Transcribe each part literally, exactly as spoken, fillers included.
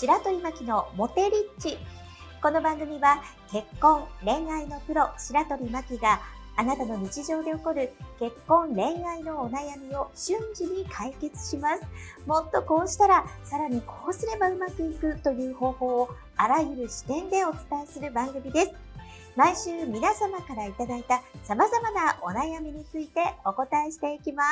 白鳥真希のモテリッチ。この番組は結婚恋愛のプロ白鳥真希があなたの日常で起こる結婚恋愛のお悩みを瞬時に解決します。もっとこうしたらさらにこうすればうまくいくという方法をあらゆる視点でお伝えする番組です。毎週皆様からいただいた様々なお悩みについてお答えしていきます。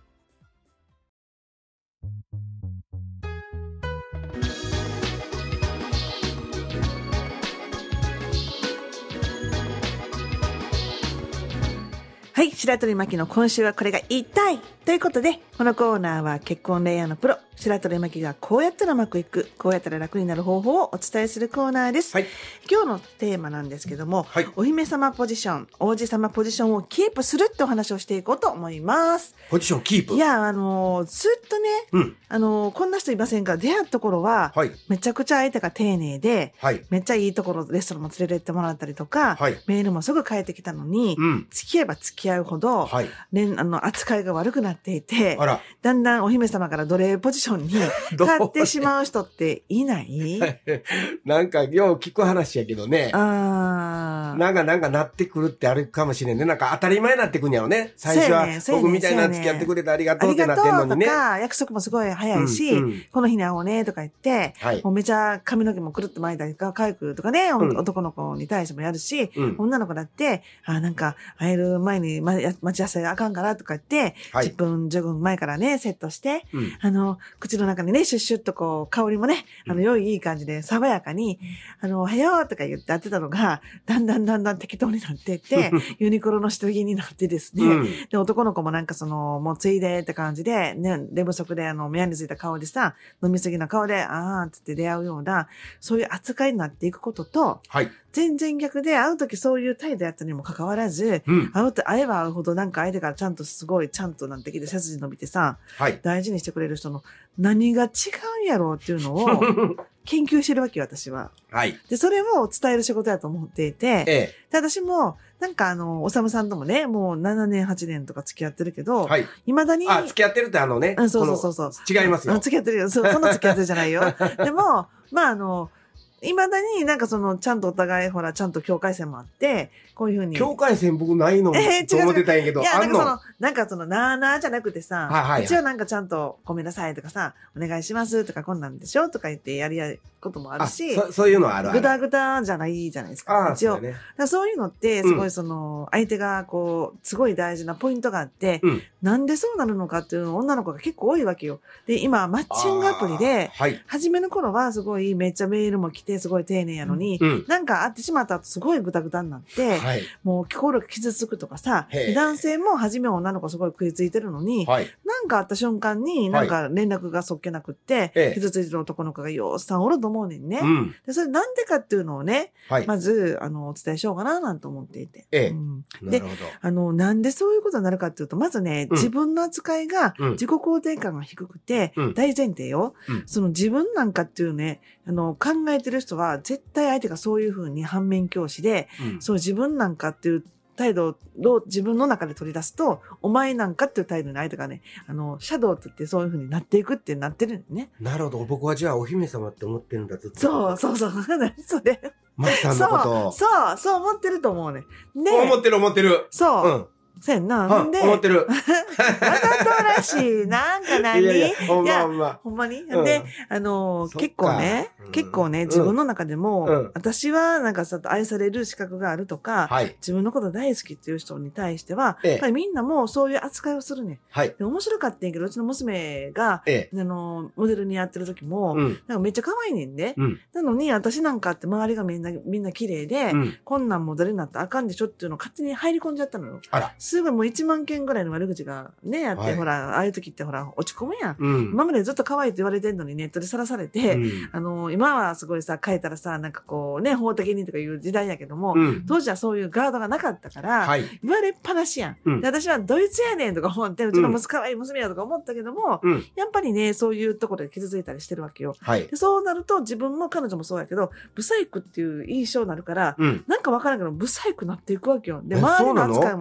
はい、白鳥真希の今週はこれが言いたいということで、このコーナーは結婚恋愛のプロ白鳥真希がこうやったらうまくいく、こうやったら楽になる方法をお伝えするコーナーです。はい、今日のテーマなんですけども、はい、お姫様ポジション、王子様ポジションをキープするってお話をしていこうと思います。 ポジションキープ。 いや、あのずっとね、うん、あのこんな人いませんか。出会った頃は、はい、めちゃくちゃ相手が丁寧で、はい、めっちゃいいところレストランも連れてってもらったりとか、はい、メールもすぐ返ってきたのに、うん、付き合えば付き合うほど、はい、ね、あの扱いが悪くなっていて、あら、だんだんお姫様から奴隷ポジションに変わってしまう人っていないなんかよう聞く話やけどね。あなんかなんかなってくるってあるかもしれんね。なんか当たり前になってくんやろね。最初は僕みたいな付き合ってくれてありがとうってなってんのにね。 とか約束もすごい早いし、うんうん、この日に会おうねとか言って、はい、もうめちゃ髪の毛もくるっと巻いたりとか、かゆくとかね、うん、男の子に対してもやるし、うん、女の子だって、あなんか会える前に待ち合わせあかんからとか言って、はい、じゅっぷんじゅうごふんまえからねセットして、うん、あの口の中にねシュッシュッとこう香りもね、あの良いいい感じで爽やかに、うん、あのおはようとか言ってやってたのがだんだんだんだん適当になっていってユニクロの下着になってですね、うん、で男の子もなんかそのもうついでって感じでね、寝不足であの目についた顔でさ、飲みすぎな顔であーってって出会うようなそういう扱いになっていくことと、はい、全然逆で会うときそういう態度やったにもかかわらず、うん、会うと会えば会うほどなんか相手がちゃんとすごいちゃんとなんてきて背筋伸びてさ、はい、大事にしてくれる人の何が違うんやろうっていうのを研究してるわけよ私は。はい。でそれを伝える仕事だと思っていて、ええ、で私もなんかあのおさむさんともねもうななねんはちねんとか付き合ってるけど、はい、未だにあ付き合ってるってあのね、 うん、そうそうそうそう違いますよ。 付き合ってるよ。そその付き合ってるじゃないよ。でもまああの。未だになんかそのちゃんとお互いほらちゃんと境界線もあってこういうふうに境界線僕ないの、えー、と思ってたんやけど、 いやなんかそのなんかそのなーなーじゃなくてさ、はいはいはい、一応なんかちゃんとごめんなさいとかさお願いしますとかこんなんでしょとか言ってやりやることもあるし、 そ, そういうのあるあるぐだぐだじゃないじゃないですか。一応そう、ね、だそういうのってすごいその相手がこうすごい大事なポイントがあって、うん、なんでそうなるのかっていうの女の子が結構多いわけよ。で今マッチングアプリで、はい、初めの頃はすごいめっちゃメールも来てすごい丁寧やのに、うん、なんか会ってしまった後すごいぐだぐだになって、はい、もう心が傷つくとかさ、男性も初め女の子すごい食いついてるのに、はい、なんか会った瞬間になんか連絡がそっけなくって、はい、傷ついてる男の子がようさんおると思うねんね、うん、でそれなんでかっていうのをね、はい、まずあのお伝えしようかななんて思っていて、ええうん、でなるほど。あのなんでそういうことになるかっていうとまずね、うん、自分の扱いが自己肯定感が低くて、うん、大前提よ、うん、その自分なんかっていうねあの考えてる人は絶対相手がそういう風に反面教師で、うん、そう自分なんかっていう態度を自分の中で取り出すとお前なんかっていう態度に相手がねあのシャドウって言ってそういう風になっていくってなってるんね。 なるほど。僕はじゃあお姫様って思ってるんだずっと。 そうそうそう何それマキさんのことをそうそうそう思ってると思うね。 で思ってる思ってるそう、うんせんな。 ほんで。思ってる。わざとらしい。なんか何いやいや、 ほんまほんま。 ほんまに、うん、で、あのー、結構ね、うん、結構ね、自分の中でも、うん、私はなんかさ、愛される資格があるとか、はい、自分のこと大好きっていう人に対しては、ええ、やっぱりみんなもそういう扱いをするね。はい、で面白かったんやけど、うちの娘が、ええ、あの、モデルにやってる時も、うん、なんかめっちゃ可愛いねんで、うん、なのに、私なんかって周りがみんな、みんな綺麗で、うん、こんなんモデルになったらあかんでしょっていうのを勝手に入り込んじゃったのよ。あら。すごいもういちまんけんぐらいの悪口がね、あって、はい、ほら、ああいう時ってほら、落ち込むやん。うん、今までずっと可愛いって言われてんのにネットでさらされて、うん、あの、今はすごいさ、変えたらさ、なんかこうね、法的にとかいう時代やけども、うん、当時はそういうガードがなかったから、はい、言われっぱなしやん、うん。で私はドイツやねんとか思って、うちの息子可愛い娘やとか思ったけども、うん、やっぱりね、そういうところで傷ついたりしてるわけよ。はい、でそうなると自分も彼女もそうやけど、ブサイクっていう印象になるから、うん、なんかわからんけど、ブサイクなっていくわけよ。で、周りの扱いも適当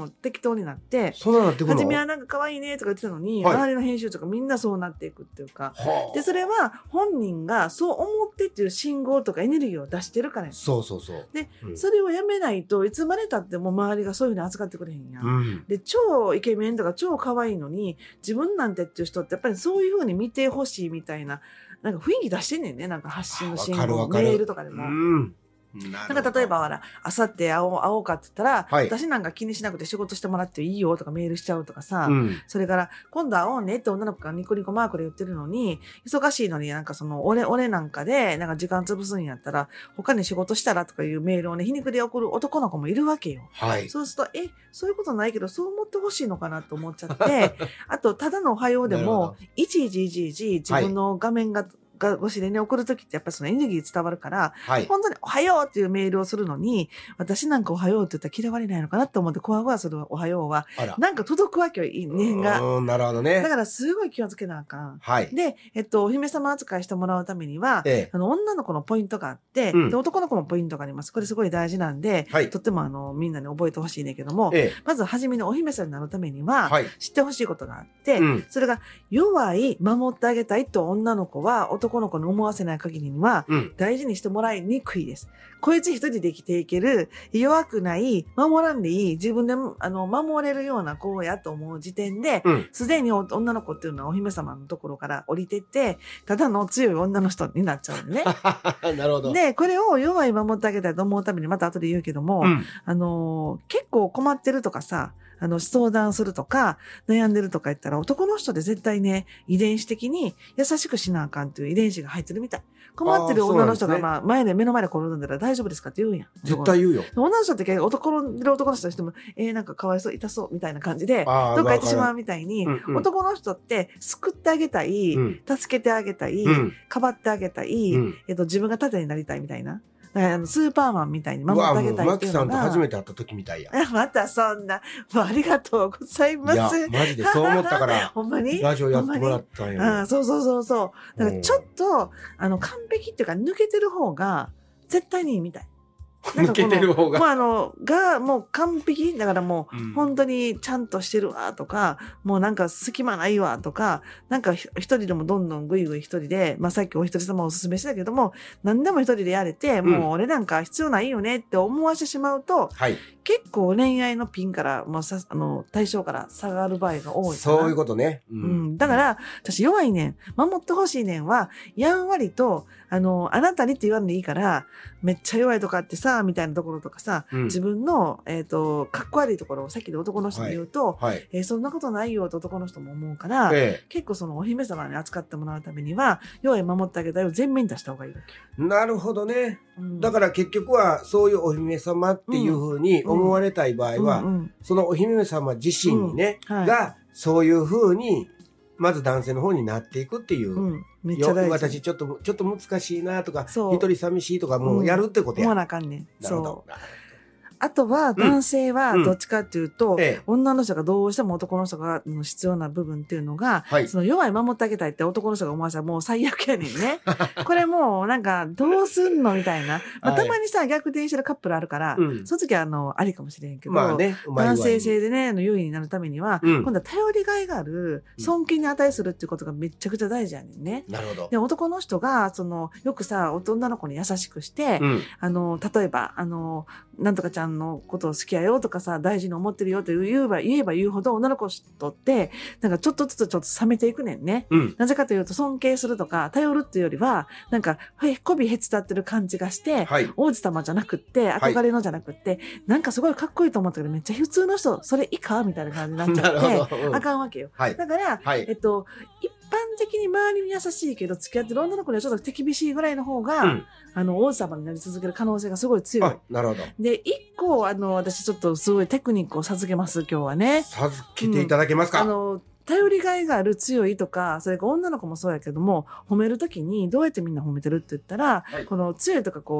等になって、 そんななってくるの？ 初めはなんか可愛いねとか言ってたのに、はい、周りの編集とかみんなそうなっていくっていうか、はあ、でそれは本人がそう思ってっていう信号とかエネルギーを出してるからやん。 そうそうそう。 で、うん、それをやめないといつまでたっても周りがそういうふうに扱ってくれへんやん、うん、で超イケメンとか超可愛いのに自分なんてっていう人ってやっぱりそういうふうに見てほしいみたいななんか雰囲気出してんねんね。なんか発信の信号メールとかでも、うん、なんか例えばほら、あさって会おう、会おうかって言ったら、はい、私なんか気にしなくて仕事してもらっていいよとかメールしちゃうとかさ、うん、それから今度会おうねって女の子がニコニコマークで言ってるのに、忙しいのになんかその俺、俺なんかでなんか時間潰すんやったら、他に仕事したらとかいうメールをね、皮肉で送る男の子もいるわけよ。はい、そうすると、え、そういうことないけど、そう思ってほしいのかなと思っちゃって、あと、ただのおはようでも、いちいちいちいち自分の画面が、はいがごしでね、送るときってやっぱりそのエネルギー伝わるから、はい、本当におはようっていうメールをするのに、私なんかおはようって言ったら嫌われないのかなって思って、こわごわするおはようは、なんか届くわけよ、念が。 なるほどね。 だからすごい気をつけなあかん。はい。で、えっと、お姫様扱いしてもらうためには、ええ、あの、女の子のポイントがあって、うん、で、男の子もポイントがあります。これすごい大事なんで、はい、とってもあの、みんなに覚えてほしいねんけども、ええ、まず初めにお姫様になるためには、はい、知ってほしいことがあって、うん、それが弱い、守ってあげたいと女の子は男の子に思わせない限りには、大事にしてもらいにくいです。うん、こいつ一人で生きていける、弱くない、守らんでいい、自分であの守れるような子やと思う時点で、すで、うん、に女の子っていうのはお姫様のところから降りてって、ただの強い女の人になっちゃうのね。 なるほど。 で、これを弱い守ってあげたいと思うためにまた後で言うけども、うん、あの、結構困ってるとかさ、あの、相談するとか、悩んでるとか言ったら、男の人で絶対ね、遺伝子的に優しくしなあかんっていう遺伝子が入ってるみたい。困ってる女の人が、まあ、前で、目の前で転んだら大丈夫ですかって言うんや。 絶対言うよ。 女の人って結構、転んでる男の人としても、えー、なんかかわいそう、痛そう、みたいな感じで、どっか行ってしまうみたいに、うんうん、男の人って救ってあげたい、うん、助けてあげたい、うん、かばってあげたい、うん、えっと、自分が盾になりたいみたいな。だからあのスーパーマンみたいに守ってあげたいっていうのが。 マキさんと初めて会った時みたいや。 またそんな、もうありがとうございます。いや、 マジでそう思ったから、 ほんまにラジオやってもらったんよ。 ああ、そうそうそうそう。だからちょっと、あの、完璧っていうか抜けてる方が絶対にいいみたい。 抜けてる方が。 もうあの、が、もう完璧だからもう、うん、本当にちゃんとしてるわとか、もうなんか隙間ないわとか、なんか一人でもどんどんぐいぐい一人で、まあさっきお一人様おすすめしたけども、何でも一人でやれて、うん、もう俺なんか必要ないよねって思わせてしまうと、はい、結構恋愛のピンから、もうさ、あの、対象から下がる場合が多いから。 そういうことね。 うん。うん、だから、私弱いねん。守ってほしいねんは、やんわりと、あの、あなたにって言わんでいいから、めっちゃ弱いとかってさ、みたいなところとかさ、うん、自分の、えっと、かっこ悪いところをさっきで男の人に言うと、はいはい、えー、そんなことないよと男の人も思うから、ええ、結構そのお姫様に扱ってもらうためには、弱い守ってあげたいを全面に出した方がいいわけ。 なるほどね。うん、だから結局は、そういうお姫様っていうふうに思われたい場合は、うんうんうん、そのお姫様自身にね、うんはい、が、そういうふうに、まず男性の方になっていくっていう。うん、めっちゃ大事。私ちょっと、ちょっと難しいなとか、一人寂しいとか、もうやるってことや。 もうなあかんねん。なるほど。あとは男性はどっちかっていうと、うんええ、女の人がどうしても男の人が必要な部分っていうのが、はい、その弱い守ってあげたいって男の人が思わせたらもう最悪やねんね。これもうなんかどうすんのみたいな。まあ、たまにさ、逆転してるカップルあるから、うん、その時はあの、ありかもしれんけど、まあね、男性性でね、あの優位になるためには、うん、今度は頼りがいがある、尊敬に値するっていうことがめちゃくちゃ大事やねんね。なるほど。で、男の人が、その、よくさ、女の子に優しくして、うん、あの、例えば、あの、なんとかちゃんのことを好きやよとかさ、大事に思ってるよって言えば言えば言うほど女の子にとって、なんかちょっとずつちょっと冷めていくねんね。うん、なぜかというと尊敬するとか頼るっていうよりは、なんか、へこびへつたってる感じがして、はい、王子様じゃなくって、憧れのじゃなくって、はい、なんかすごいかっこいいと思ったけどめっちゃ普通の人、それ以下みたいな感じになっちゃって、うん、あかんわけよ。はい、だから、はい、えっと、一般的に周りに優しいけど付き合ってる女の子にはちょっと手厳しいぐらいの方が、うん、あの、王子様になり続ける可能性がすごい強い。 なるほど。 で、一個、あの、私ちょっとすごいテクニックを授けます、今日はね。 授けていただけますか？ うん、あの、頼りがいがある強いとか、それから女の子もそうやけども、褒めるときにどうやってみんな褒めてるって言ったら、はい、この強いとかこう、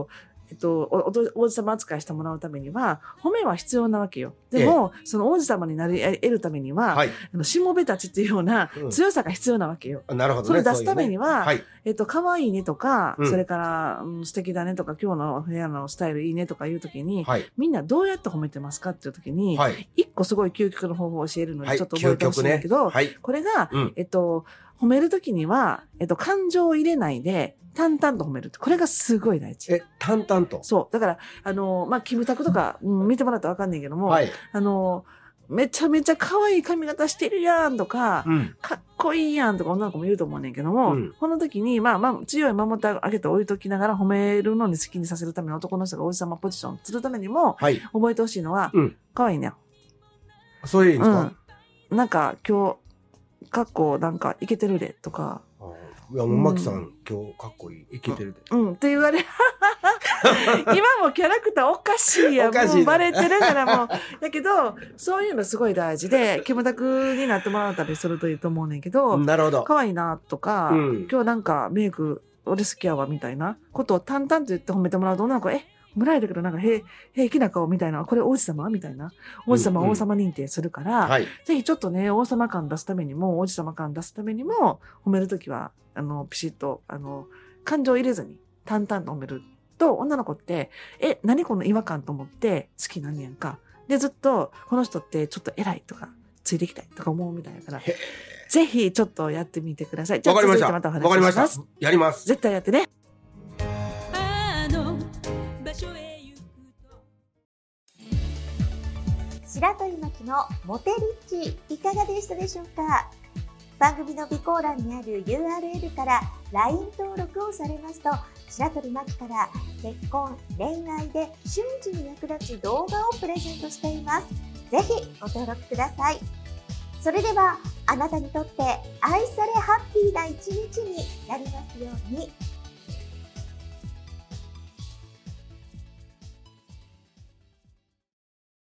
えっと、お王子様扱いしてもらうためには、褒めは必要なわけよ。でも、ええ、その王子様になり得るためには、はい、あの、しもべたちっていうような強さが必要なわけよ。 うん、なるほどね。 それを出すためには、ういうね、はい、えっと、可愛いねとか、 うん、 それから、うん、素敵だねとか、今日の部屋のスタイルいいねとかいうときに、 はい、 みんなどうやって褒めてますかっていうときに、はい、一個すごい究極の方法を教えるので、ちょっと覚えてほしいんだけど、 ねはい、 これが、うん、えっと、褒めるときには、えっと、感情を入れないで、淡々と褒めるって。これがすごい大事。 え、淡々とそう。だから、あの、まあ、キムタクとか、うん、見てもらったらわかんないけども、はい、あの、めちゃめちゃ可愛い髪型してるやんとか、うん、かっこいいやんとか女の子も言うと思うねんけども、うん、この時に、まあまあ、強い守ってあげて置いときながら褒めるのに好きにさせるために男の人が王子様ポジションするためにも、はい、覚えてほしいのは、うん、可愛いね。 そういう意味ですか、 うん、なんか今日、かっこなんかイケてるでとか、 いや、もう、マキさん、うん、今日かっこいい。いけてるで。 うん、って言われ、今もキャラクターおかしいやん。もうバレてるからもう。だけど、そういうのすごい大事で、キムタクになってもらったりするといいと思うねんけど、 なるほど。 可愛いなとか、うん、今日なんかメイク、俺好きやわ、みたいなことを淡々と言って褒めてもらうと女の子、え、褒められるけどなんか平、平気な顔みたいな、これ王子様みたいな。王子様、うんうん、王様認定するから、はい、ぜひちょっとね、王様感出すためにも、王子様感出すためにも、褒めるときは、あの、ピシッと、あの、感情を入れずに、淡々と褒めると、女の子って、え、何この違和感と思って好きなんねやんか。で、ずっと、この人ってちょっと偉いとか、ついてきたいとか思うみたいだから、ぜひちょっとやってみてください。 じゃあ、続いてまたお話しします。わかりました。 やります。 絶対やってね。 白鳥真希のモテリッチいかがでしたでしょうか。番組の備考欄にある ユーアールエル から ライン 登録をされますと、白鳥真希から結婚、恋愛で瞬時に役立つ動画をプレゼントしています。ぜひご登録ください。それではあなたにとって愛されハッピーな一日になりますように。